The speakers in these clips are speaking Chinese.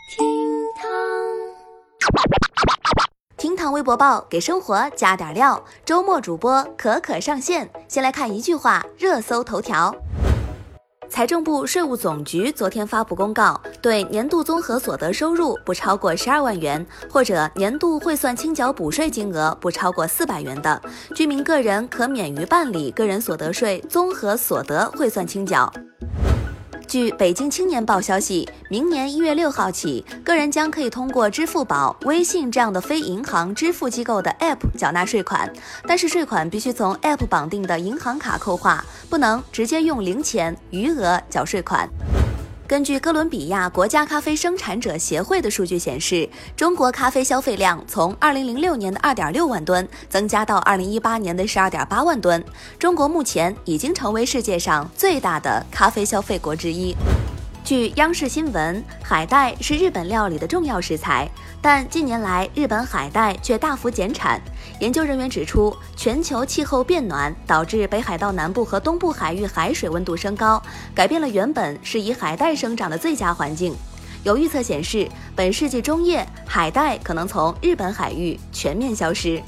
厅堂微博报，给生活加点料。周末主播可可上线。先来看一句话热搜头条。财政部税务总局昨天发布公告，对年度综合所得收入不超过12万元，或者年度汇算清缴补税金额不超过400元的居民个人，可免于办理个人所得税综合所得汇算清缴。据北京青年报消息，明年1月6号起，个人将可以通过支付宝、微信这样的非银行支付机构的 App 缴纳税款，但是税款必须从 App 绑定的银行卡扣划，不能直接用零钱余额缴税款。根据哥伦比亚国家咖啡生产者协会的数据显示，中国咖啡消费量从2006年的2.6万吨增加到2018年的12.8万吨，中国目前已经成为世界上最大的咖啡消费国之一。据央视新闻，海带是日本料理的重要食材，但近年来日本海带却大幅减产。研究人员指出，全球气候变暖导致北海道南部和东部海域海水温度升高，改变了原本是以海带生长的最佳环境。有预测显示，本世纪中叶，海带可能从日本海域全面消失。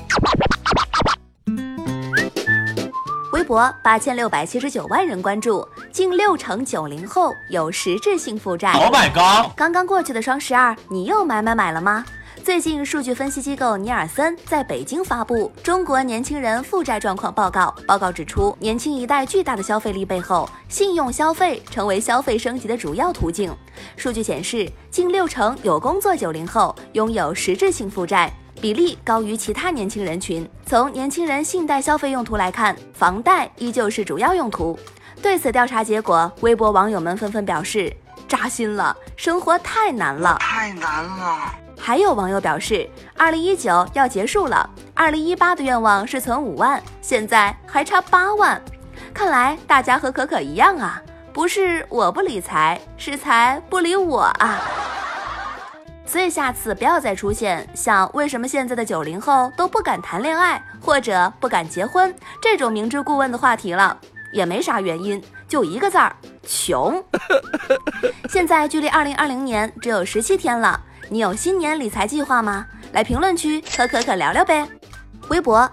微博8679万人关注，近60%90后有实质性负债。 Oh my god！ 刚刚过去的双12，你又买了吗？最近，数据分析机构尼尔森在北京发布《中国年轻人负债状况报告》。报告指出，年轻一代巨大的消费力背后，信用消费成为消费升级的主要途径。数据显示，近60%有工作90后拥有实质性负债，比例高于其他年轻人群。从年轻人信贷消费用途来看，房贷依旧是主要用途。对此调查结果，微博网友们纷纷表示：扎心了，生活太难了。还有网友表示，2019要结束了，2018的愿望是存5万，现在还差8万。看来大家和可可一样啊，不是我不理财，是财不理我啊。所以下次不要再出现像为什么现在的90后都不敢谈恋爱或者不敢结婚这种明知故问的话题了，也没啥原因，就一个字儿，穷。现在距离2020年只有17天了，你有新年理财计划吗？来评论区和可可聊聊呗。微博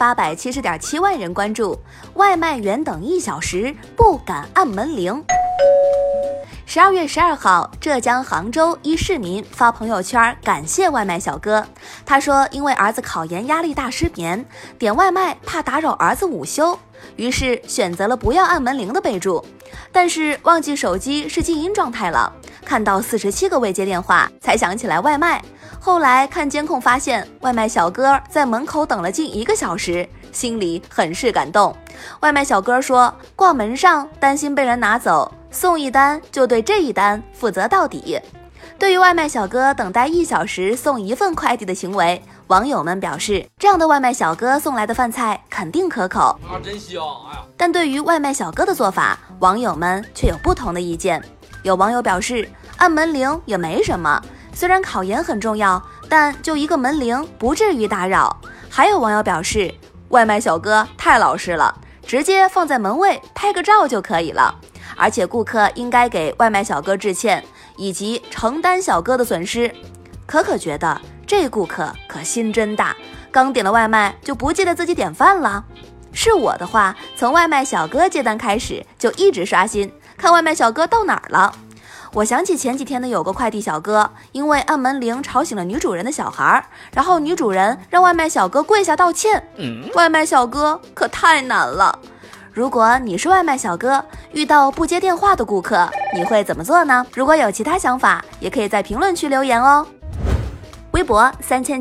6870.7万人关注，外卖员等1小时不敢按门铃。12月12号，浙江杭州一市民发朋友圈感谢外卖小哥。他说，因为儿子考研压力大失眠，点外卖怕打扰儿子午休，于是选择了不要按门铃的备注，但是忘记手机是静音状态了，看到47个未接电话才想起来外卖。后来看监控发现，外卖小哥在门口等了近1个小时，心里很是感动。外卖小哥说，挂门上担心被人拿走，送一单就对这一单负责到底。对于外卖小哥等待1小时送1份快递的行为，网友们表示，这样的外卖小哥送来的饭菜肯定可口啊，真香！但对于外卖小哥的做法，网友们却有不同的意见。有网友表示，按门铃也没什么，虽然考研很重要，但就一个门铃不至于打扰。还有网友表示，外卖小哥太老实了，直接放在门卫拍个照就可以了，而且顾客应该给外卖小哥致歉，以及承担小哥的损失。可可觉得这顾客可心真大，刚点了外卖就不记得自己点饭了。是我的话，从外卖小哥接单开始就一直刷新，看外卖小哥到哪儿了。我想起前几天的有个快递小哥，因为按门铃吵醒了女主人的小孩，然后女主人让外卖小哥跪下道歉。外卖小哥可太难了。如果你是外卖小哥，遇到不接电话的顾客，你会怎么做呢？如果有其他想法，也可以在评论区留言哦。微博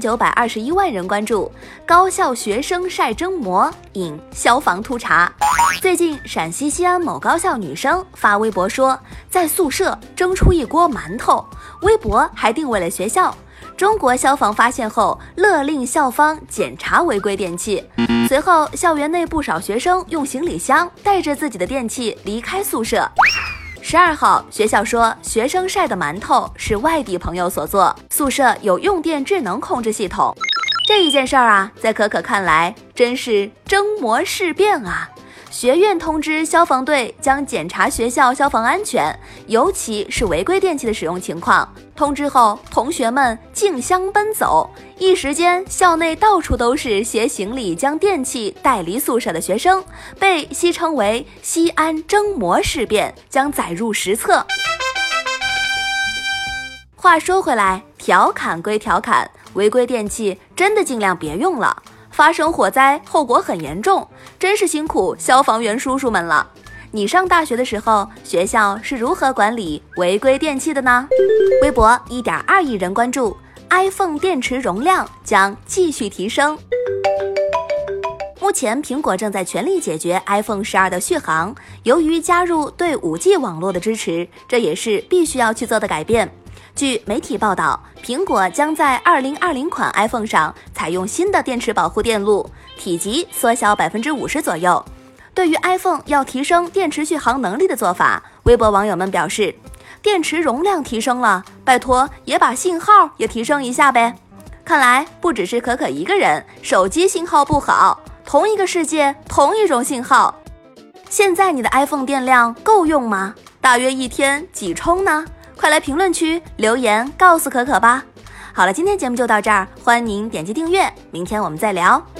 3921万人关注，高校学生晒蒸馍引消防突查。最近陕西西安某高校女生发微博说，在宿舍蒸出一锅馒头，微博还定位了学校。中国消防发现后，勒令校方检查违规电器。随后，校园内不少学生用行李箱带着自己的电器离开宿舍。12号，学校说学生晒的馒头是外地朋友所做，宿舍有用电智能控制系统。这一件事儿啊，在可可看来真是蒸馍事变啊！ 学院通知消防队将检查学校消防安全，尤其是违规电器的使用情况。通知后，同学们竞相奔走，一时间校内到处都是携行李将电器带离宿舍的学生，被戏称为西安蒸馍事变，将载入史册。话说回来，调侃归调侃，违规电器真的尽量别用了，发生火灾后果很严重，真是辛苦消防员叔叔们了。你上大学的时候，学校是如何管理违规电器的呢？微博1.2亿人关注 ，iPhone 电池容量将继续提升。目前，苹果正在全力解决 iPhone 12的续航，由于加入对 5G 网络的支持，这也是必须要去做的改变。据媒体报道，苹果将在2020款 iPhone 上采用新的电池保护电路，体积缩小50%左右。对于 iPhone 要提升电池续航能力的做法，微博网友们表示，电池容量提升了，拜托也把信号也提升一下呗。看来不只是可可一个人，手机信号不好，同一个世界，同一种信号。现在你的 iPhone 电量够用吗？大约一天几充呢？快来评论区留言告诉可可吧。好了，今天节目就到这儿，欢迎您点击订阅，明天我们再聊。